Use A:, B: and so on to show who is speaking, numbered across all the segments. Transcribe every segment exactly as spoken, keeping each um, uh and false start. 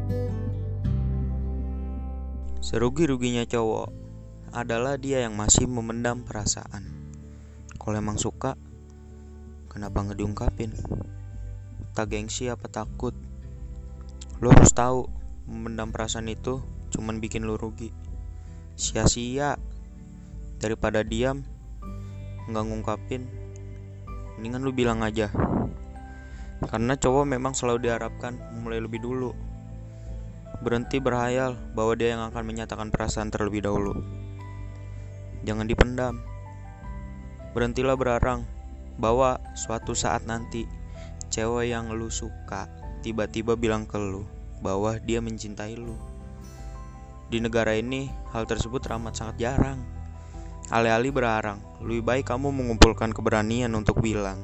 A: Serugi-ruginya cowok adalah dia yang masih memendam perasaan. Kalau emang suka, kenapa nggak diungkapin? Tak gengsi apa takut? Lo harus tahu, memendam perasaan itu cuman bikin lo rugi. Sia-sia. Daripada diam, nggak ngungkapin, mendingan lo bilang aja. Karena cowok memang selalu diharapkan mulai lebih dulu. Berhenti berhayal bahwa dia yang akan menyatakan perasaan terlebih dahulu. Jangan dipendam. Berhentilah berarang bahwa suatu saat nanti cewek yang lu suka tiba-tiba bilang ke lu bahwa dia mencintai lu. Di negara ini hal tersebut amat sangat jarang. Alih-alih berarang, lebih baik kamu mengumpulkan keberanian untuk bilang.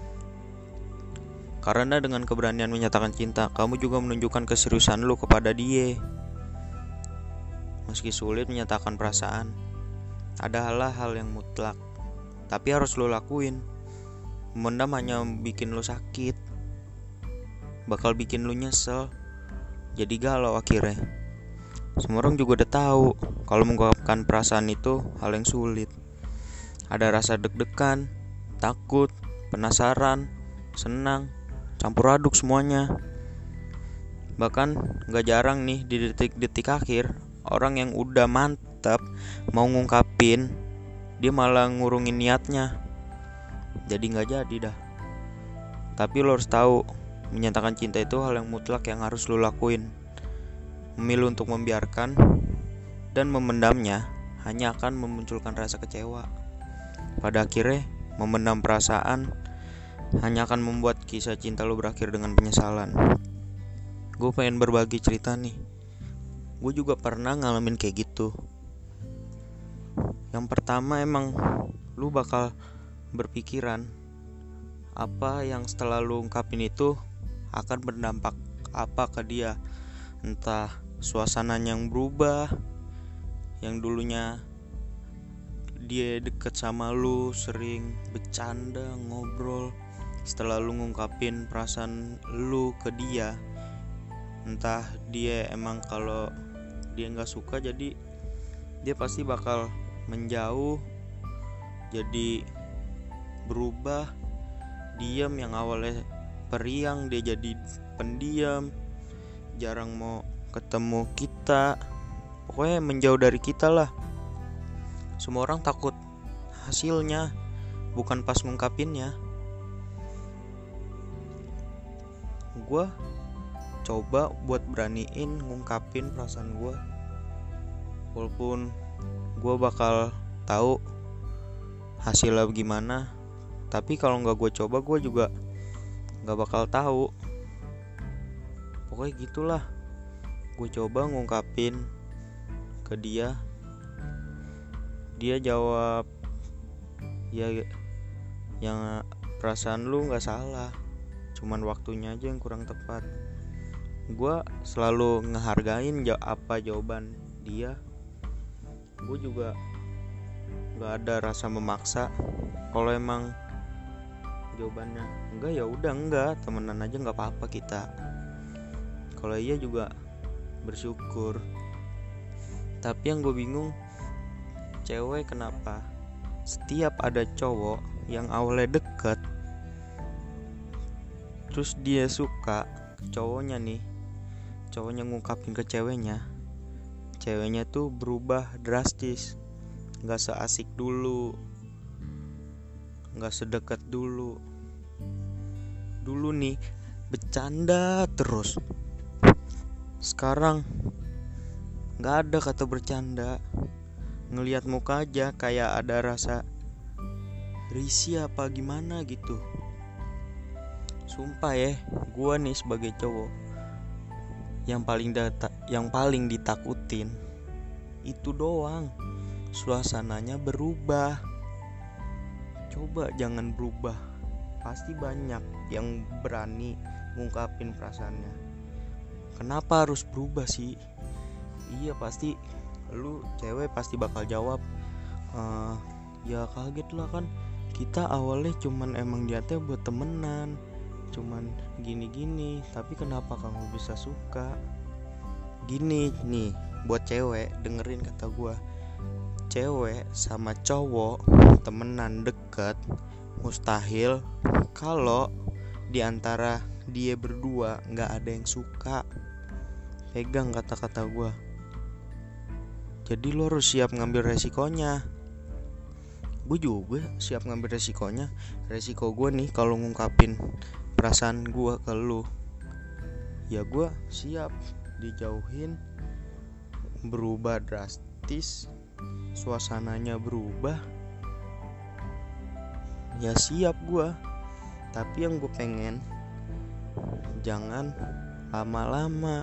A: Karena dengan keberanian menyatakan cinta, kamu juga menunjukkan keseriusan lu kepada dia. Meski sulit menyatakan perasaan, ada hal-hal yang mutlak, tapi harus lu lakuin. Memendam hanya bikin lu sakit, bakal bikin lu nyesel, jadi galau akhirnya. Semua orang juga udah tahu kalau mengungkapkan perasaan itu hal yang sulit. Ada rasa deg-degan, takut, penasaran, senang, campur aduk semuanya. Bahkan gak jarang nih di detik-detik akhir, orang yang udah mantap mau ngungkapin, dia malah ngurungin niatnya. Jadi gak jadi dah. Tapi lo harus tahu, menyatakan cinta itu hal yang mutlak yang harus lo lakuin. Memilih untuk membiarkan dan memendamnya hanya akan memunculkan rasa kecewa. Pada akhirnya, memendam perasaan hanya akan membuat kisah cinta lo berakhir dengan penyesalan. Gue pengen berbagi cerita nih. Gue juga pernah ngalamin kayak gitu. Yang pertama, emang lu bakal berpikiran apa yang setelah lu ungkapin itu akan berdampak apa ke dia. Entah suasananya yang berubah, yang dulunya dia deket sama lu, sering bercanda, ngobrol, setelah lu ngungkapin perasaan lu ke dia, entah dia emang kalau dia gak suka, jadi dia pasti bakal menjauh, jadi berubah. Diam, yang awalnya periang dia jadi pendiam, jarang mau ketemu kita, pokoknya menjauh dari kita lah. Semua orang takut hasilnya, bukan pas ngungkapinnya. Gue coba buat beraniin ngungkapin perasaan gue, walaupun gue bakal tahu hasilnya gimana. Tapi kalau nggak gue coba, gue juga nggak bakal tahu. Pokoknya gitulah. Gue coba ngungkapin ke dia, dia jawab, ya yang perasaan lu nggak salah, cuman waktunya aja yang kurang tepat. Gue selalu ngehargain jawab apa jawaban dia. Gue juga nggak ada rasa memaksa. Kalau emang jawabannya enggak, ya udah enggak, temenan aja nggak apa-apa kita. Kalau iya juga bersyukur. Tapi yang gue bingung, cewek kenapa setiap ada cowok yang awalnya deket, terus dia suka cowoknya nih, cowoknya ngungkapin ke ceweknya, ceweknya tuh berubah drastis, gak seasik dulu, gak sedekat dulu. Dulu nih bercanda terus, sekarang gak ada kata bercanda. Ngelihat muka aja kayak ada rasa risih apa gimana gitu. Sumpah ya, gue nih sebagai cowok, yang paling data, yang paling ditakutin itu doang, suasananya berubah. Coba jangan berubah, pasti banyak yang berani ngungkapin perasaannya. Kenapa harus berubah sih? Iya, pasti lu cewek pasti bakal jawab, e, ya kaget lah, kan kita awalnya cuman emang niatnya buat temenan, cuman gini-gini, tapi kenapa kamu bisa suka? Gini nih, buat cewek dengerin kata gue. Cewek sama cowok temenan deket mustahil kalau diantara dia berdua gak ada yang suka. Pegang kata-kata gue. Jadi lo harus siap ngambil resikonya. Gue juga siap ngambil resikonya. Resiko gue nih kalau ngungkapin perasaan gue ke lo, ya gue siap dijauhin, berubah drastis, suasananya berubah. Ya siap gue. Tapi yang gue pengen, jangan lama-lama.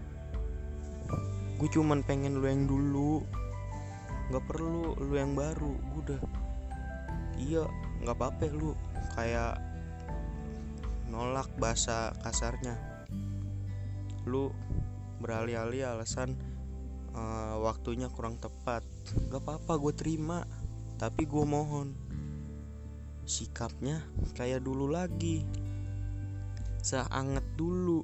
A: Gue cuman pengen lu yang dulu, gak perlu lu yang baru. Gue udah, iya gak apa-apa lu kayak nolak bahasa kasarnya. Lu beralih-alih alasan uh, waktunya kurang tepat. Gak apa-apa, gue terima. Tapi gue mohon sikapnya kayak dulu lagi, seanget dulu.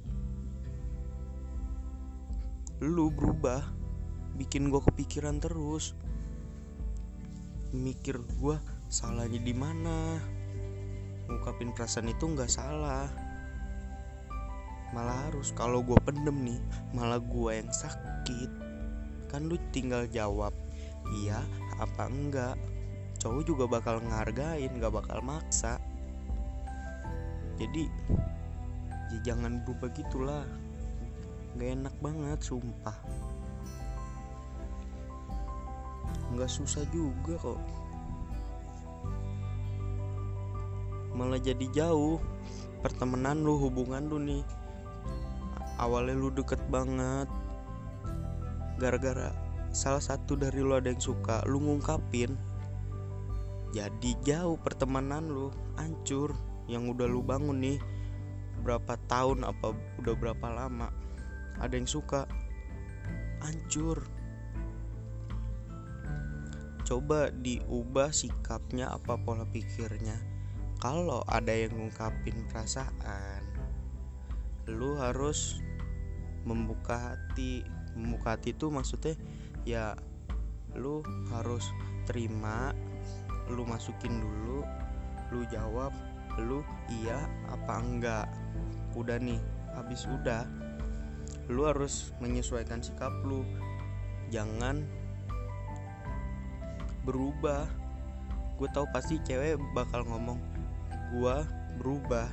A: Lu berubah, bikin gue kepikiran terus, mikir gue salahnya di mana. Ngungkapin perasaan itu nggak salah, malah harus. Kalau gue pendem nih, malah gue yang sakit. Kan lu tinggal jawab iya apa enggak. Cowok juga bakal ngehargain, gak bakal maksa. Jadi ya jangan berubah gitulah. Gak enak banget, sumpah. Gak susah juga kok, malah jadi jauh pertemanan lu, hubungan lu nih. Awalnya lu deket banget, gara-gara salah satu dari lu ada yang suka, lu ngungkapin, jadi jauh pertemanan lu, hancur. Yang udah lu bangun nih berapa tahun, apa udah berapa lama, ada yang suka, hancur. Coba diubah sikapnya, apa pola pikirnya. Kalau ada yang ngungkapin perasaan, lu harus membuka hati. Membuka hati itu maksudnya ya lu harus terima, lu masukin dulu, lu jawab, lu iya apa enggak. Udah nih, habis udah, lu harus menyesuaikan sikap lu. Jangan berubah. Gue tahu pasti cewek bakal ngomong gue berubah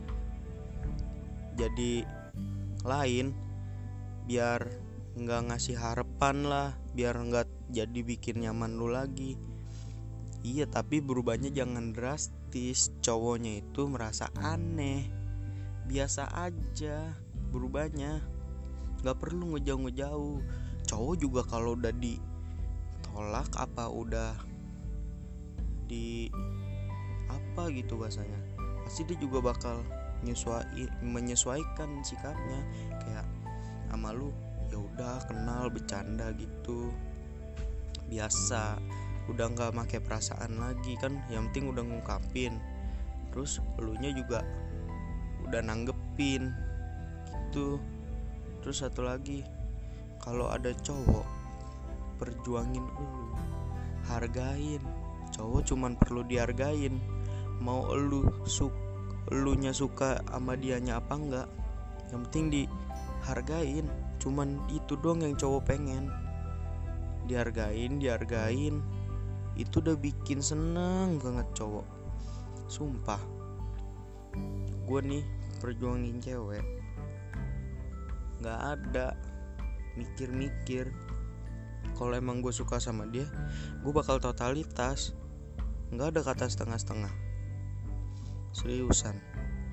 A: jadi lain, biar nggak ngasih harapan lah, biar nggak jadi bikin nyaman lu lagi. Iya, tapi berubahnya jangan drastis. Cowoknya itu merasa aneh, biasa aja berubahnya, nggak perlu ngejauh-ngejauh. Cowok juga kalau udah ditolak apa udah di apa gitu bahasanya, pasti dia juga bakal nyesuai, menyesuaikan sikapnya. Kayak sama lu ya udah kenal bercanda gitu, biasa, udah nggak pakai perasaan lagi kan. Yang penting udah ngungkapin, terus elunya juga udah nanggepin gitu. Terus satu lagi, kalau ada cowok, perjuangin elu, hargain. Cowok cuman perlu dihargain. Mau elu suk elunya suka sama dianya apa enggak, yang penting dihargain. Cuman itu doang yang cowok pengen, dihargain, dihargain. Itu udah bikin seneng banget cowok, sumpah. Gue nih perjuangin cewek, gak ada mikir-mikir. Kalau emang gue suka sama dia, gue bakal totalitas, gak ada kata setengah-setengah, seriusan.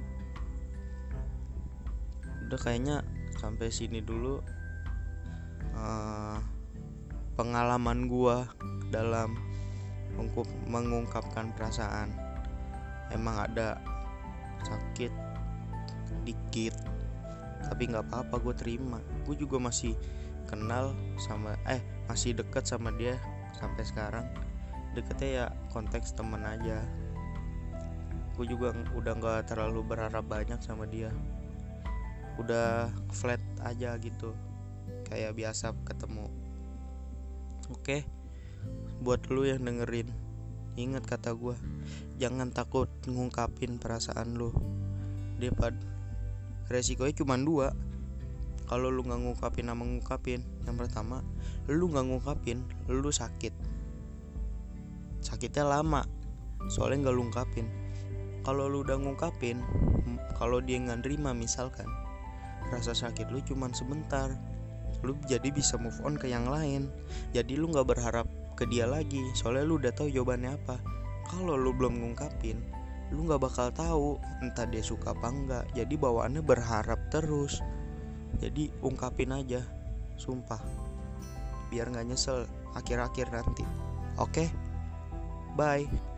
A: Udah kayaknya sampai sini dulu uh, pengalaman gue dalam mengungkapkan perasaan. Emang ada sakit dikit, tapi nggak apa-apa, gue terima. Gue juga masih kenal sama eh masih dekat sama dia sampai sekarang. Deketnya ya konteks teman aja. Gue juga udah nggak terlalu berharap banyak sama dia, udah flat aja gitu. kayak biasa ketemu. Oke, buat lu yang dengerin, ingat kata gue, jangan takut ngungkapin perasaan lu. Daripada resikonya cuma dua. Kalau lu nggak ngungkapin sama ngungkapin, yang pertama, lu nggak ngungkapin, lu sakit. Sakitnya lama, soalnya nggak lu ungkapin. Kalau lu udah ngungkapin, kalau dia nggak nerima misalkan, rasa sakit lu cuma sebentar. Lu jadi bisa move on ke yang lain. Jadi lu nggak berharap ke dia lagi, soalnya lu udah tahu jawabannya apa. Kalau lu belum ngungkapin, lu nggak bakal tahu entah dia suka apa enggak. Jadi bawaannya berharap terus. Jadi ungkapin aja, sumpah, biar gak nyesel akhir-akhir nanti. Oke, bye.